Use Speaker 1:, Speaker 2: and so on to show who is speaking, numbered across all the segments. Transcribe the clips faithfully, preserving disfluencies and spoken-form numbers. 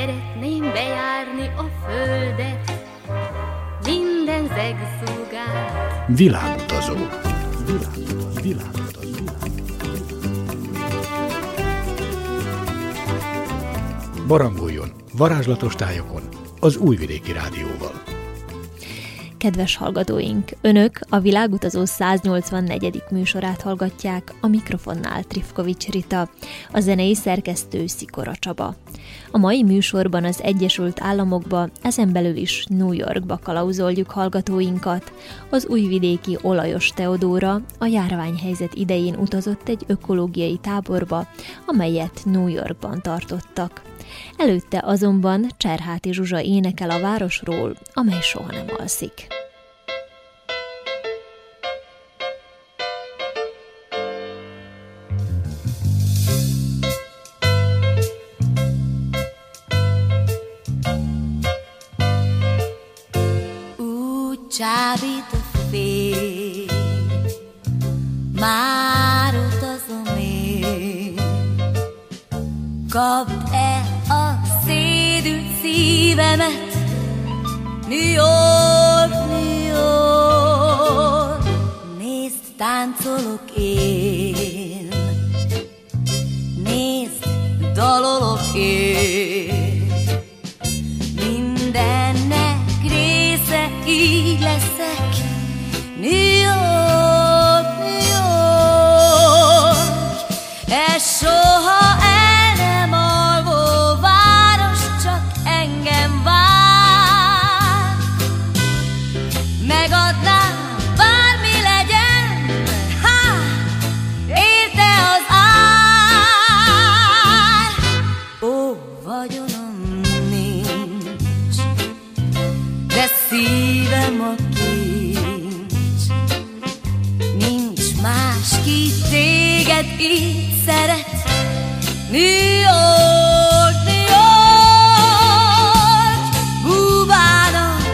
Speaker 1: szeretném bejárni a földet, minden zegszúgát.
Speaker 2: Világutazó. Világutazó. Világutazó. Barangoljon varázslatos tájokon az Újvidéki Rádióval.
Speaker 3: Kedves hallgatóink, Önök a Világutazó száznyolcvannegyedik műsorát hallgatják, a mikrofonnál Trifkovics Rita, a zenei szerkesztő Szikora Csaba. A mai műsorban az Egyesült Államokba, ezen belül is New Yorkba kalauzoljuk hallgatóinkat. Az újvidéki Olajos Teodóra a járványhelyzet idején utazott egy ökológiai táborba, amelyet New Yorkban tartottak. Előtte azonban Cserháti Zsuzsa énekel a városról, amely soha nem alszik.
Speaker 1: Úgy csábít a fény, már utazom én, kapd el a szédült szívemet, New York, New York, nézd, táncolok én, nézd, dalolok én, mindennek része, így leszek, New York, New York, ez soha el nem alvó város, csak engem vár. Megadnám, bármi legyen, ha, érte az ár. Ó, vagyonom nincs, de szívem a kincs. Nincs más, ki téged így szeret, New York, New York, búválok,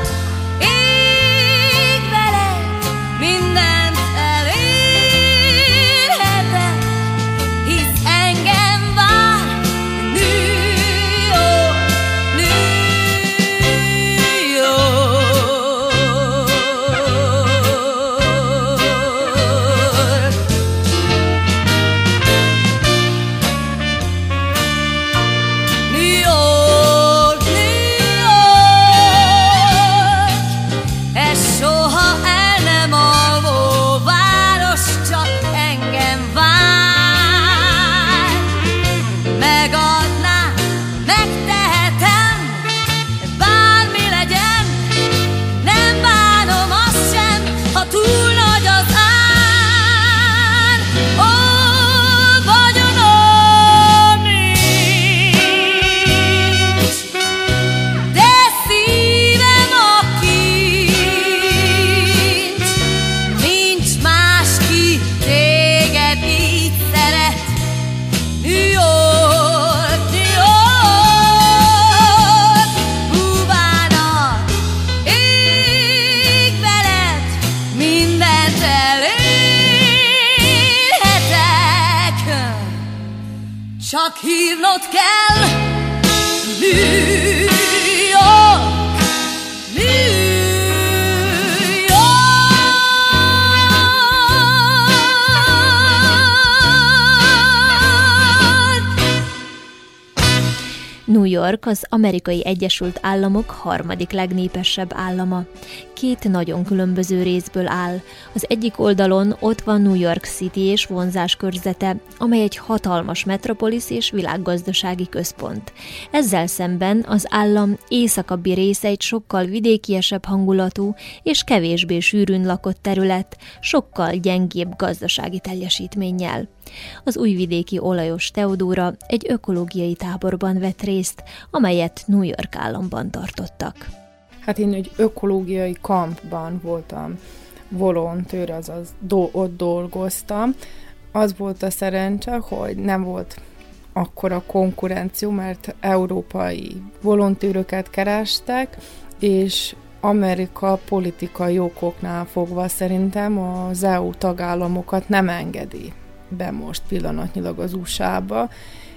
Speaker 1: ég veled, mindent elérhetek, hisz engem vár, New York, New York. New York, New York, ez soha el nem alvó város, csak engem vár. Megadnám, megtehetem, bármi legyen, nem bánom azt sem, ha túl nagy az ár. Ó, vagyonom nincs, de szívem a kincs. Nincs más, ki téged így szeret, New York, New York, búválnak, ég veled, mindent elérhetek, csak hívnod kell, New York, New York.
Speaker 3: New York az Amerikai Egyesült Államok harmadik legnépesebb állama. Két nagyon különböző részből áll. Az egyik oldalon ott van New York City és vonzás körzete, amely egy hatalmas metropolisz és világgazdasági központ. Ezzel szemben az állam északabbi része egy sokkal vidékiesebb hangulatú és kevésbé sűrűn lakott terület, sokkal gyengébb gazdasági teljesítménnyel. Az újvidéki Olajos Teodóra egy ökológiai táborban vett részt, amelyet New York államban tartottak.
Speaker 4: Hát én egy ökológiai kampban voltam volontőr, azaz do- ott dolgoztam. Az volt a szerencse, hogy nem volt akkora konkurenció, mert európai volontőröket kerestek, és Amerika politikai okoknál fogva szerintem az é u tagállamokat nem engedi be most pillanatnyilag az u es á-ba,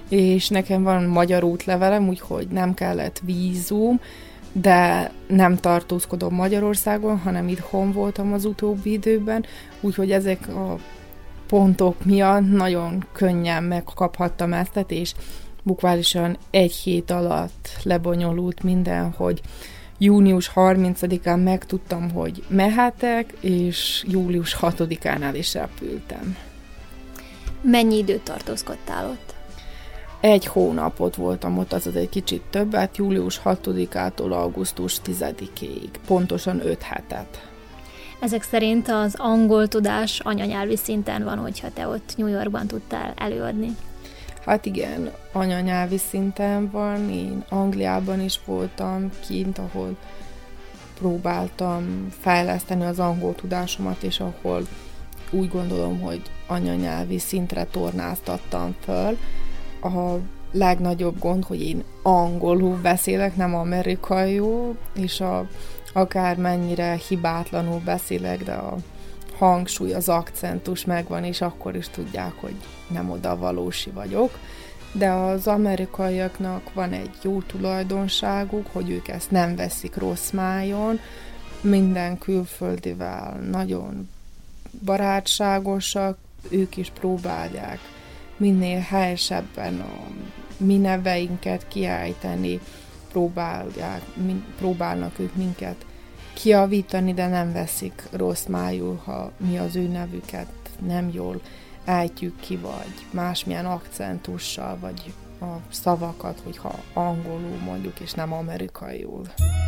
Speaker 4: és nekem van magyar útlevelem, úgyhogy nem kellett vízum, de nem tartózkodom Magyarországon, hanem itthon voltam az utóbbi időben, úgyhogy ezek a pontok miatt nagyon könnyen megkaphattam ezt, és bukválisan egy hét alatt lebonyolult minden, hogy június harmincadikán megtudtam, hogy mehetek, és július hatodikán el is repültem.
Speaker 3: Mennyi időt tartózkodtál ott?
Speaker 4: Egy hónapot voltam ott, azaz egy kicsit többet, július hatodikától augusztus tizedikéig, pontosan öt hetet.
Speaker 3: Ezek szerint az angol tudás anyanyelvi szinten van, hogyha te ott New Yorkban tudtál előadni.
Speaker 4: Hát igen, anyanyelvi szinten van, én Angliában is voltam kint, ahol próbáltam fejleszteni az angol tudásomat, és ahol úgy gondolom, hogy anyanyelvi szintre tornáztattam föl. A legnagyobb gond, hogy én angolul beszélek, nem amerikaiul, és a, akár mennyire hibátlanul beszélek, de a hangsúly, az akcentus megvan, és akkor is tudják, hogy nem oda valósi vagyok. De az amerikaiaknak van egy jó tulajdonságuk, hogy ők ezt nem veszik rossz májon, minden külföldivel nagyon barátságosak, ők is próbálják minél helyesebben a mi neveinket kiejteni, próbálják, próbálnak ők minket kijavítani, de nem veszik rossz májul, ha mi az ő nevüket nem jól ejtjük ki, vagy másmilyen akcentussal, vagy a szavakat, hogyha angolul mondjuk, és nem amerikaiul.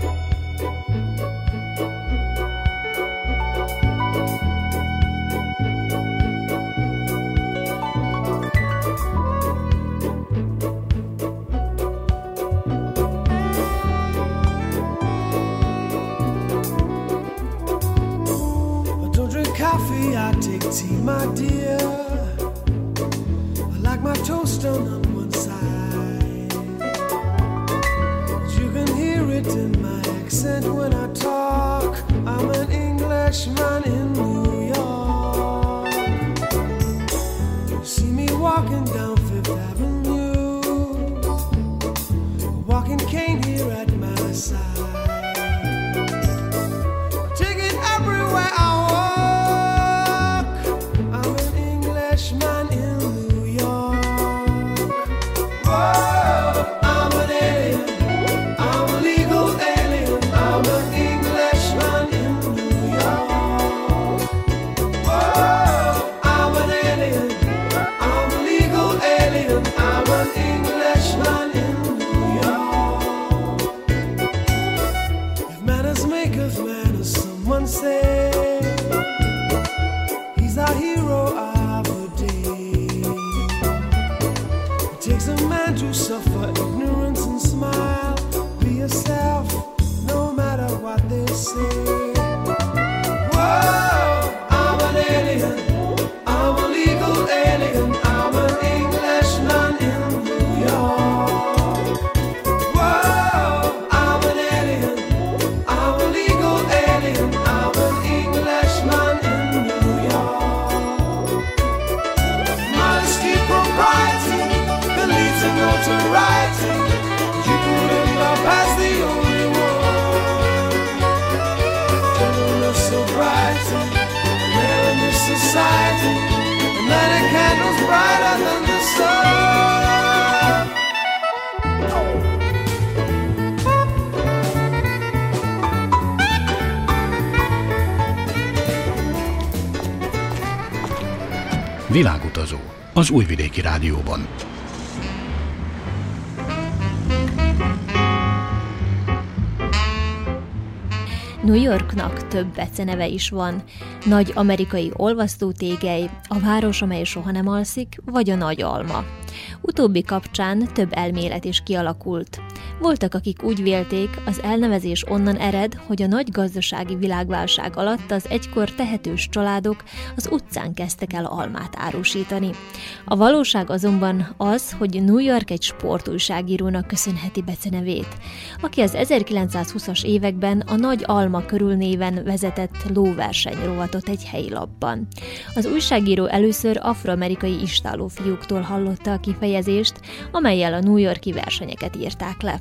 Speaker 5: I take tea, my dear. I like my toast done on one side. You can hear it in my accent when I talk. I'm an Englishman in New York. You see me walking down Fifth Avenue, a walking cane here at my side. Take it everywhere I
Speaker 2: Világutazó az Újvidéki Rádióban.
Speaker 3: New Yorknak több beceneve is van. Nagy amerikai olvasztótégely, a város, amely soha nem alszik, vagy a nagy alma. Utóbbi kapcsán több elmélet is kialakult. Voltak, akik úgy vélték, az elnevezés onnan ered, hogy a nagy gazdasági világválság alatt az egykor tehetős családok az utcán kezdtek el almát árusítani. A valóság azonban az, hogy New York egy sportújságírónak köszönheti becenevét, aki az ezerkilencszázhúszas években a Nagy Alma körülnéven vezetett lóverseny rovatot egy helyi lapban. Az újságíró először afroamerikai istáló fiúktól hallotta a kifejezést, amellyel a New York-i versenyeket írták le.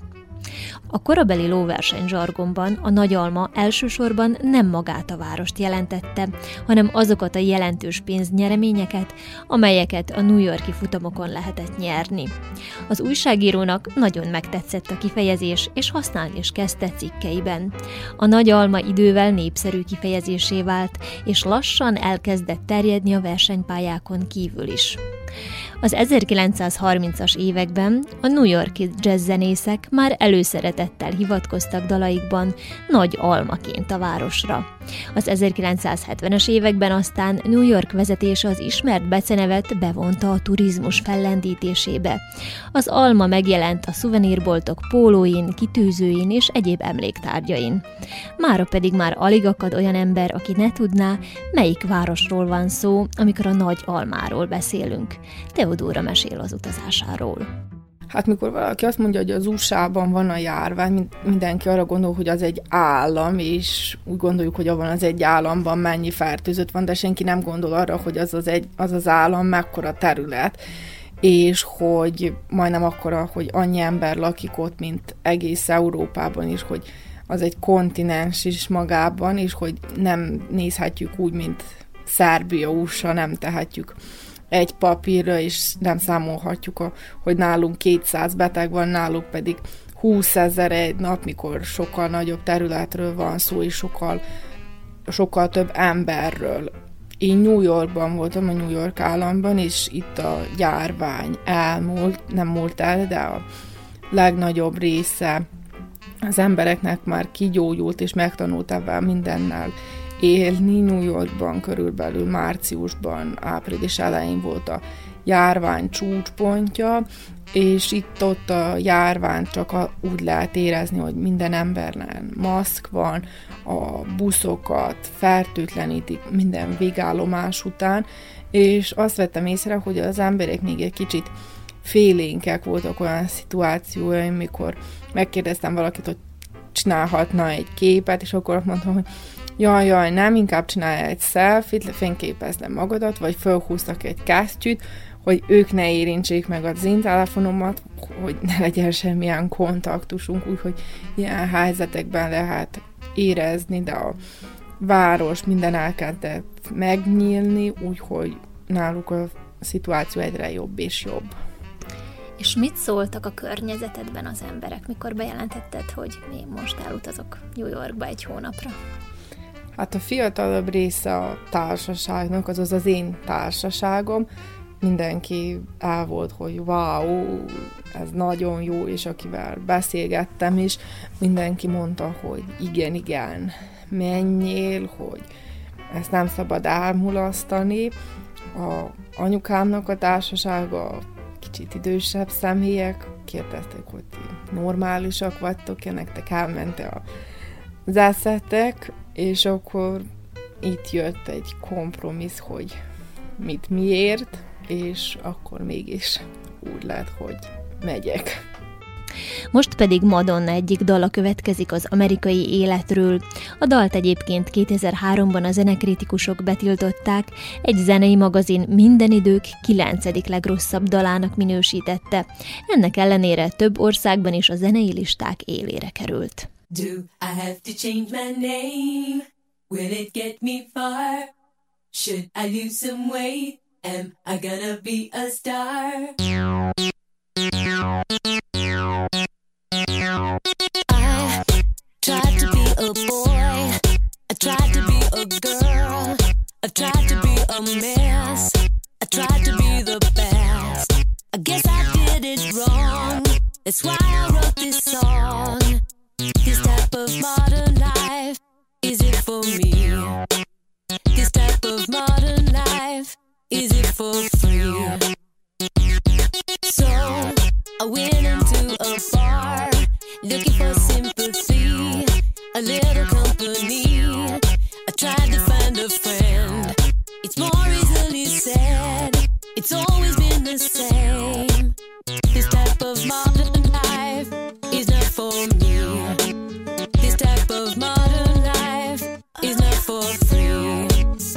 Speaker 3: A korabeli lóverseny zsargonban a Nagy Alma elsősorban nem magát a várost jelentette, hanem azokat a jelentős pénznyereményeket, amelyeket a New York-i futamokon lehetett nyerni. Az újságírónak nagyon megtetszett a kifejezés, és használni is kezdte cikkeiben. A Nagy Alma idővel népszerű kifejezésé vált, és lassan elkezdett terjedni a versenypályákon kívül is. Az ezerkilencszázharmincas években a New York-i jazzzenészek már előszeretettel hivatkoztak dalaikban Nagy Almaként a városra. Az ezerkilencszázhetvenes években aztán New York vezetése az ismert becenevet bevonta a turizmus fellendítésébe. Az alma megjelent a szuvenírboltok pólóin, kitűzőin és egyéb emléktárgyain. Mára pedig már alig akad olyan ember, aki ne tudná, melyik városról van szó, amikor a Nagy Almáról beszélünk. Teodóra mesél az utazásáról.
Speaker 4: Hát mikor valaki azt mondja, hogy az u es á-ban van a járvány, mindenki arra gondol, hogy az egy állam, és úgy gondoljuk, hogy abban az egy államban mennyi fertőzött van, de senki nem gondol arra, hogy az az, egy, az, az állam mekkora terület, és hogy majdnem akkora, hogy annyi ember lakik ott, mint egész Európában is, hogy az egy kontinens is magában, és hogy nem nézhetjük úgy, mint Szerbia, u es á, nem tehetjük egy papírra, és nem számolhatjuk, a, hogy nálunk kétszáz beteg van, náluk pedig húszezer egy nap, mikor sokkal nagyobb területről van szó, és sokkal, sokkal több emberről. Én New Yorkban voltam, a New York államban, és itt a járvány elmúlt, nem múlt el, de a legnagyobb része az embereknek már kigyógyult, és megtanult ebben mindennel élni. New Yorkban körülbelül márciusban, április elején volt a járvány csúcspontja, és itt-ott a járvány csak a, úgy lehet érezni, hogy minden embernen maszk van, a buszokat fertőtlenítik minden végállomás után, és azt vettem észre, hogy az emberek még egy kicsit félénkek voltak olyan szituációim, mikor megkérdeztem valakit, hogy csinálhatna egy képet, és akkor mondtam, hogy jaj, jaj, nem, inkább csinálj egy selfie-t, fényképezd le magadat, vagy fölhúztak egy kesztyűt, hogy ők ne érintsék meg az én telefonomat, hogy ne legyen semmilyen kontaktusunk, úgyhogy ilyen helyzetekben lehet érezni, de a város minden elkezdett megnyílni, úgyhogy náluk a szituáció egyre jobb és jobb.
Speaker 3: És mit szóltak a környezetedben az emberek, mikor bejelentetted, hogy én most elutazok New Yorkba egy hónapra?
Speaker 4: Hát a fiatalabb része a társaságnak, azaz az én társaságom, mindenki el volt, hogy wow, ez nagyon jó, és akivel beszélgettem is, mindenki mondta, hogy igen, igen, menjél, hogy ezt nem szabad elmulasztani. A anyukámnak a társasága kicsit idősebb személyek, kérdezték, hogy ti normálisak vagytok, nektek elmente az eszetek, és akkor itt jött egy kompromissz, hogy mit miért, és akkor mégis úgy lett, hogy megyek.
Speaker 3: Most pedig Madonna egyik dala következik az amerikai életről. A dalt egyébként kétezer-háromban a zenekritikusok betiltották, egy zenei magazin minden idők kilencedik legrosszabb dalának minősítette. Ennek ellenére több országban is a zenei listák élére került.
Speaker 1: Do I have to change my name? Will it get me far? Should I lose some weight? Am I gonna be a star?
Speaker 6: I tried to be a boy, I tried to be a girl, I tried to be a mess, I tried to be the best. I guess I did it wrong, that's why I wrote this song. This type of modern life, is it for me? This type of modern life, is it for free? So I went into a bar looking for sympathy, a little company. I tried to find a friend. It's more easily said. It's always been the same. This type of modern life is not for me. This type of modern life is not for free.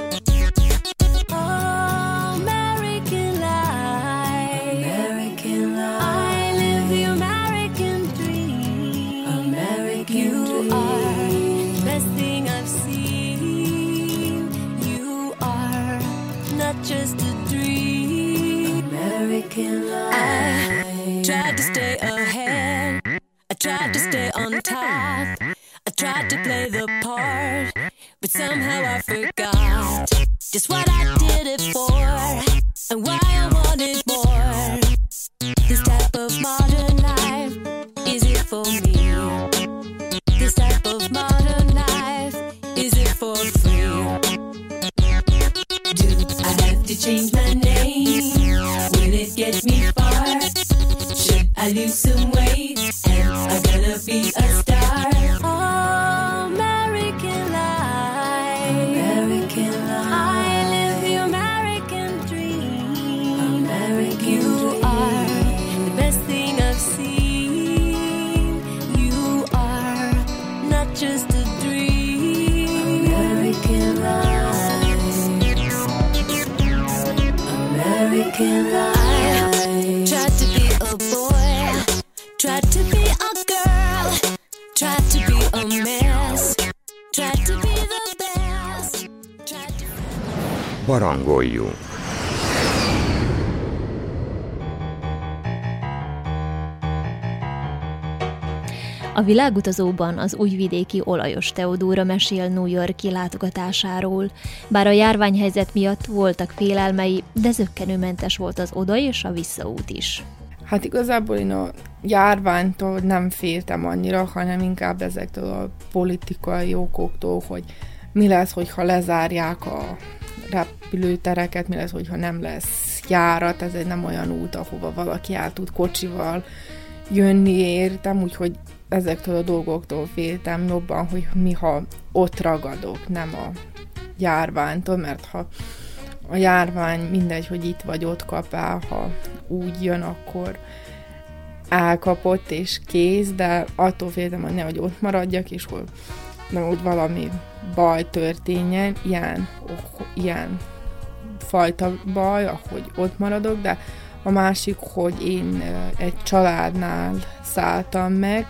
Speaker 6: Oh, American life. American life. I live the American dream. American you dream. Are the best thing I've seen. You are not just a dream. American life. I tried to stay ahead. I tried to stay on top. I tried to play the part, but somehow I forgot just what I did it for and why I wanted more. This type of modern life, is it for me? This type of modern life, is it for free?
Speaker 1: Do I have to change my name? Will it get me far? Should I lose some weight? Am I gonna be a star?
Speaker 6: Oh, American life. American life. I live the American dream. American you dream. Are the best thing I've seen. You are not just a dream. American life. American life. I tried to be a boy. Tried to be a girl. Tried to be a mess. Tried to be the best. Tried to...
Speaker 7: Barangoljunk.
Speaker 3: A világutazóban az újvidéki Olajos Teodóra mesél New York-i látogatásáról. Bár a járványhelyzet miatt voltak félelmei, de zökkenőmentes volt az oda és a visszaút is.
Speaker 4: Hát igazából én a járványtól nem féltem annyira, hanem inkább ezektől a politikai okoktól, hogy mi lesz, hogyha lezárják a repülőtereket, mi lesz, hogyha nem lesz járat, ez egy nem olyan út, ahova valaki el tud kocsival jönni, értem, úgyhogy ezektől a dolgoktól féltem jobban, hogy mi, ha ott ragadok, nem a járványtól, mert ha a járvány mindegy, hogy itt vagy ott kap el, ha úgy jön, akkor elkapott és kész, de attól féltem, hogy nehogy ott maradjak, és hogy nem úgy valami baj történjen, ilyen, oh, ilyen fajta baj, ahogy ott maradok, de a másik, hogy én egy családnál szálltam meg,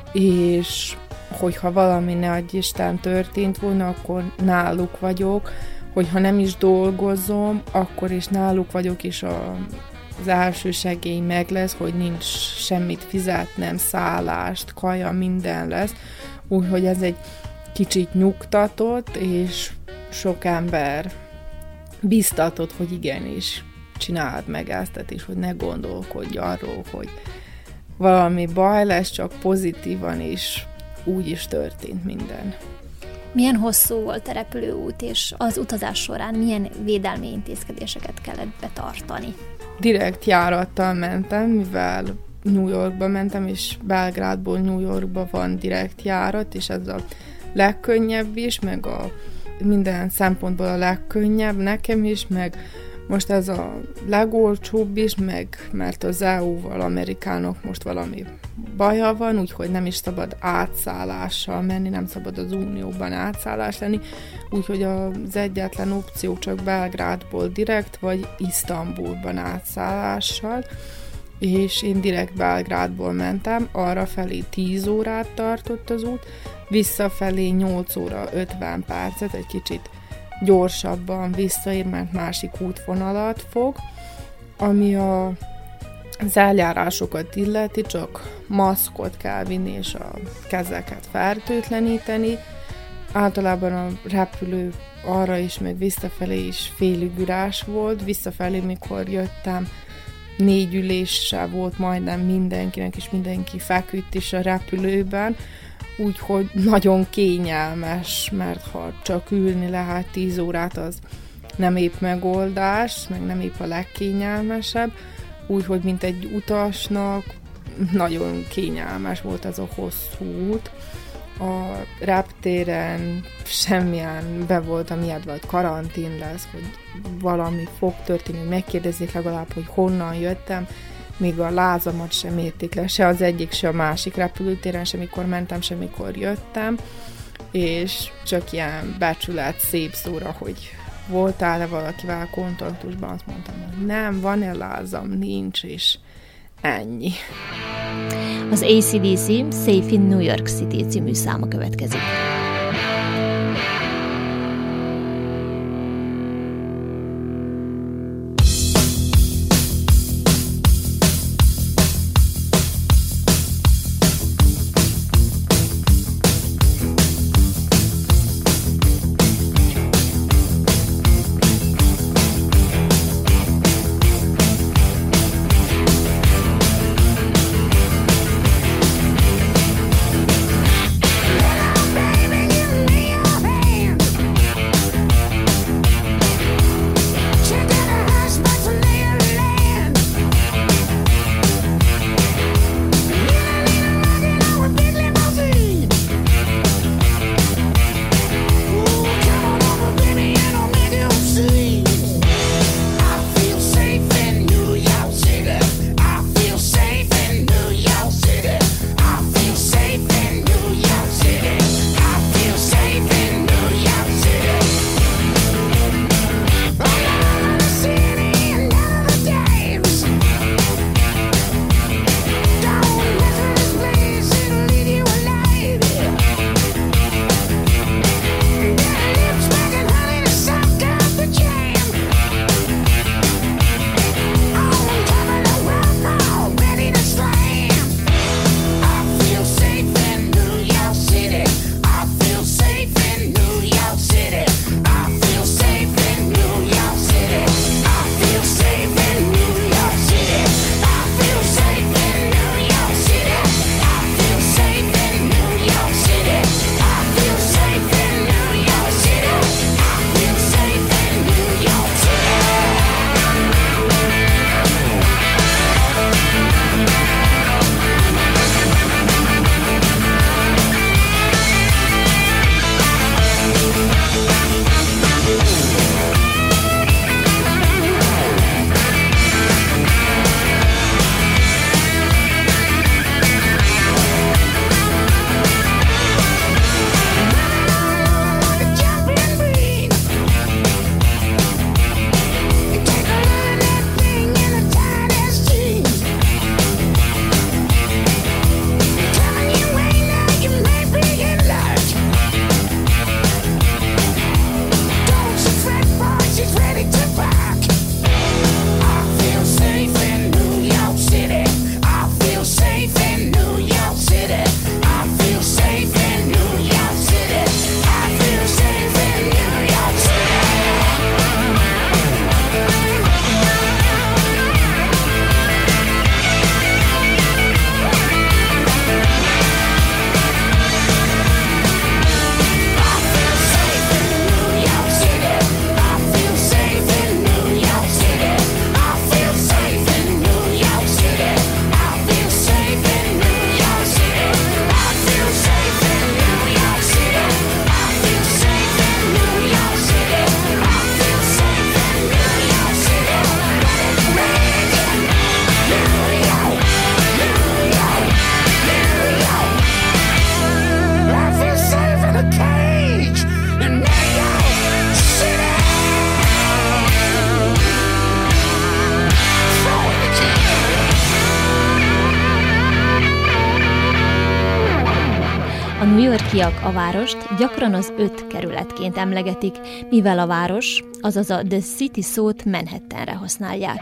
Speaker 4: és hogyha valami ne adj Isten történt volna, akkor náluk vagyok, hogyha nem is dolgozom, akkor is náluk vagyok, és a, az első segély meg lesz, hogy nincs semmit fizetnem, szállást, kaja, minden lesz. Úgyhogy ez egy kicsit nyugtatott, és sok ember biztatott, hogy igenis csináld meg ezt, és hogy ne gondolkodj arról, hogy valami baj lesz, csak pozitívan is úgy is történt minden.
Speaker 3: Milyen hosszú volt a repülőút, és az utazás során milyen védelmi intézkedéseket kellett betartani?
Speaker 4: Direkt járattal mentem, mivel New Yorkba mentem, és Belgrádból New Yorkba van direkt járat, és ez a legkönnyebb is, meg a minden szempontból a legkönnyebb nekem is, meg most ez a legolcsóbb is, meg mert az é u-val Amerikának most valami baja van, úgyhogy nem is szabad átszállással menni, nem szabad az Unióban átszállás lenni, úgyhogy az egyetlen opció csak Belgrádból direkt, vagy Isztambulban átszállással, és én direkt Belgrádból mentem, arra felé tíz órát tartott az út, visszafelé nyolc óra ötven percet, egy kicsit gyorsabban visszaér, mert másik útvonalat fog, ami a, az eljárásokat illeti, csak maszkot kell vinni, és a kezeket fertőtleníteni. Általában a repülő arra is, meg visszafelé is félig üres volt. Visszafelé, mikor jöttem, négy üléssel volt majdnem mindenkinek, és mindenki feküdt is a repülőben, úgyhogy nagyon kényelmes, mert ha csak ülni lehet tíz órát, az nem épp megoldás, meg nem épp a legkényelmesebb, úgyhogy mint egy utasnak nagyon kényelmes volt ez a hosszú út. A reptéren semmilyen be voltam ijedve, hogy karantén lesz, hogy valami fog történni, hogy megkérdezzék legalább, hogy honnan jöttem, még a lázamat sem mérték le, se az egyik, se a másik repülőtéren, semmikor mentem, semmikor jöttem, és csak ilyen becsület, szép szóra, hogy voltál-e valakivel kontaktusban, azt mondtam, hogy nem, van-e lázam, nincs, és ennyi.
Speaker 3: Az á cé dé cé Safe in New York City című száma következik. New Yorkiak a várost gyakran az öt kerületként emlegetik, mivel a város, azaz a The City szót Manhattanre használják.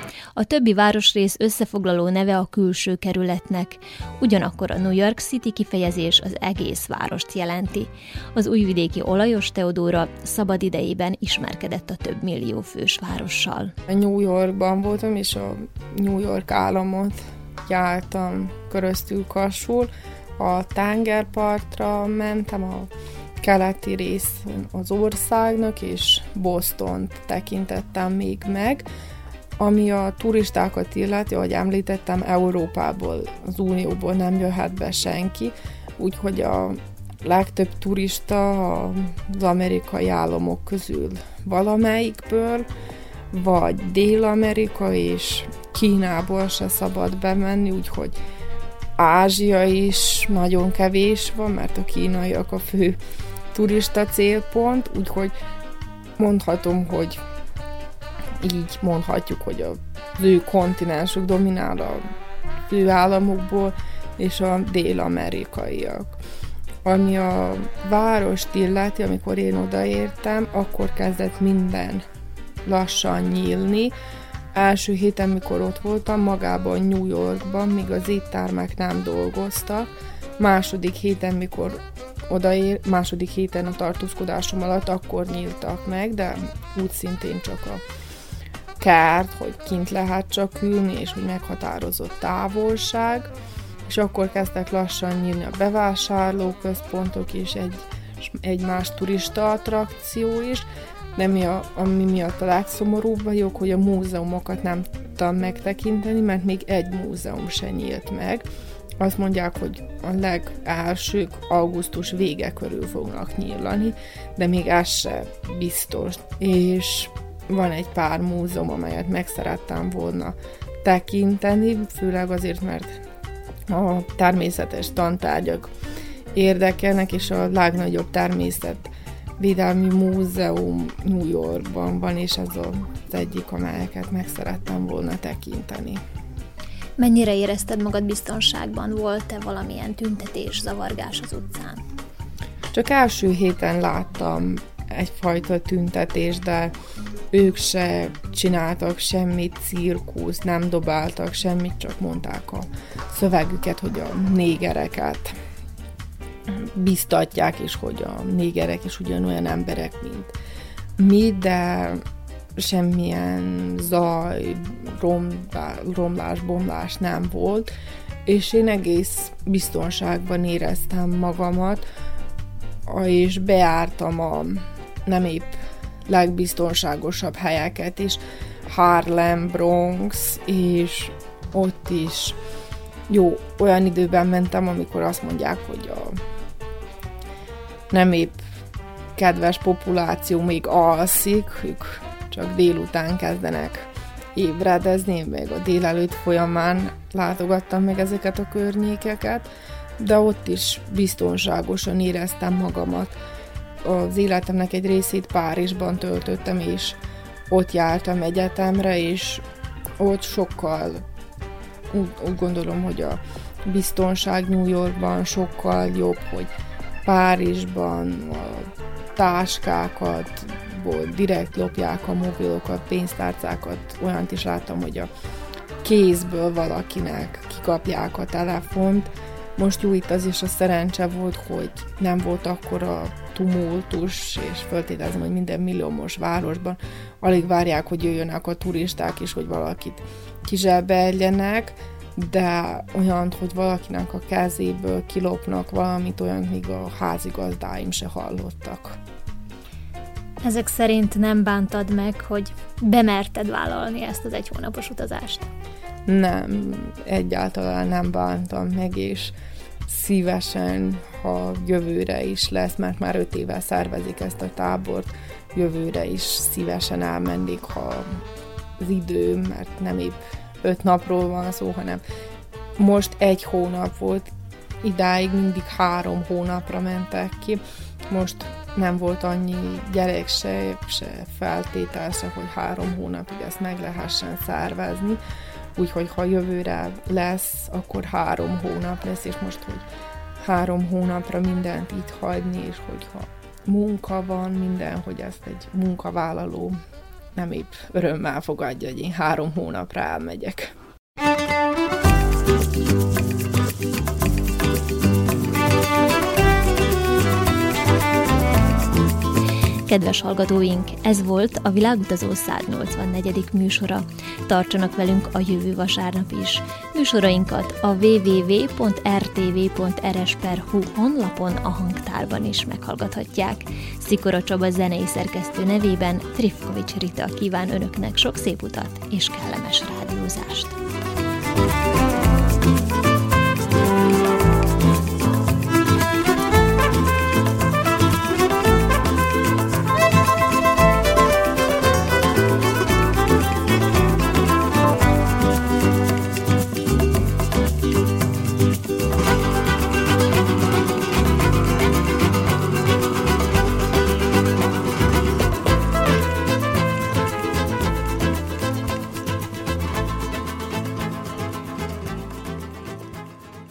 Speaker 3: A többi városrész összefoglaló neve a külső kerületnek, ugyanakkor a New York City kifejezés az egész várost jelenti. Az újvidéki Olajos Teodóra szabad idejében ismerkedett a több millió fős várossal.
Speaker 4: New Yorkban voltam, és a New York államot jártam köröztül Kassul. A tengerpartra mentem, a keleti rész az országnak, és Bostont tekintettem még meg. Ami a turistákat illeti, ahogy említettem, Európából, az Unióból nem jöhet be senki, úgyhogy a legtöbb turista az amerikai államok közül valamelyikből, vagy Dél-Amerika és Kínából se szabad bemenni, úgyhogy Ázsia is nagyon kevés van, mert a kínaiak a fő turista célpont, úgyhogy mondhatom, hogy így mondhatjuk, hogy az ő kontinensük dominál a fő államokból, és a dél-amerikaiak. Ami a várost illeti, amikor én odaértem, akkor kezdett minden lassan nyílni. Első héten, mikor ott voltam, magában New Yorkban, míg az éttermek nem dolgoztak. Második héten, mikor odaér, második héten a tartózkodásom alatt, akkor nyíltak meg, de úgy szintén csak a kert, hogy kint lehet csak ülni, és hogy meghatározott távolság, és akkor kezdtek lassan nyílni a bevásárlóközpontok és egy, egy más turista attrakció is, de mi a, ami miatt a legszomorúbb vagyok, hogy a múzeumokat nem tudtam megtekinteni, mert még egy múzeum se nyílt meg. Azt mondják, hogy a legelsők augusztus vége körül fognak nyílani, de még ez se biztos. És van egy pár múzeum, amelyet meg szerettem volna tekinteni, főleg azért, mert a természetes tantárgyak érdekelnek, és a legnagyobb természetvédelmi múzeum New Yorkban van, és ez az egyik, amelyeket meg szerettem volna tekinteni.
Speaker 3: Mennyire érezted magad biztonságban? Volt-e valamilyen tüntetés, zavargás az utcán?
Speaker 4: Csak első héten láttam egyfajta tüntetés, de ők se csináltak semmit, cirkusz, nem dobáltak semmit, csak mondták a szövegüket, hogy a négereket biztatják, és hogy a négerek is ugyanolyan emberek, mint mi, de semmilyen zaj, romlás, bomlás nem volt, és én egész biztonságban éreztem magamat, és beártam a nem épp legbiztonságosabb helyeket is, Harlem, Bronx, és ott is jó, olyan időben mentem, amikor azt mondják, hogy a nem épp kedves populáció még alszik, ők csak délután kezdenek ébredezni, meg a délelőtt folyamán látogattam meg ezeket a környékeket, de ott is biztonságosan éreztem magamat. Az életemnek egy részét Párizsban töltöttem, és ott jártam egyetemre, és ott sokkal, úgy, úgy gondolom, hogy a biztonság New Yorkban sokkal jobb, hogy Párizsban a táskákat, direkt lopják a mobilokat, pénztárcákat, olyant is láttam, hogy a kézből valakinek kikapják a telefont. Most jó, itt az is a szerencse volt, hogy nem volt akkora tumultus, és föltételezem, hogy minden milliómos városban alig várják, hogy jöjjönek a turisták is, hogy valakit kizsebeljenek, de olyan, hogy valakinek a kezéből kilopnak valamit, olyan, míg a házigazdáim se hallottak.
Speaker 3: Ezek szerint nem bántad meg, hogy bemerted vállalni ezt az egy hónapos utazást?
Speaker 4: Nem, egyáltalán nem bántam meg, és szívesen, ha jövőre is lesz, mert már öt éve szervezik ezt a tábort, jövőre is szívesen elmennék, ha az idő, mert nem épp öt napról van szó, hanem most egy hónap volt, idáig mindig három hónapra mentek ki, most nem volt annyi gyerek se, se feltétel se, hogy három hónapig ezt meg lehessen szervezni, úgyhogy ha jövőre lesz, akkor három hónap lesz, és most, hogy három hónapra mindent itt hagyni, és hogyha munka van, minden, hogy ezt egy munkavállaló nem épp örömmel fogadja, hogy én három hónapra elmegyek.
Speaker 3: Kedves hallgatóink, ez volt a Világutazó száznyolcvannegyedik műsora. Tartsanak velünk a jövő vasárnap is. Műsorainkat a double-u double-u double-u pont r t v pont r s pont h u honlapon a hangtárban is meghallgathatják. Szikora Csaba zenei szerkesztő nevében Trifkovics Rita kíván önöknek sok szép utat és kellemes rádiózást.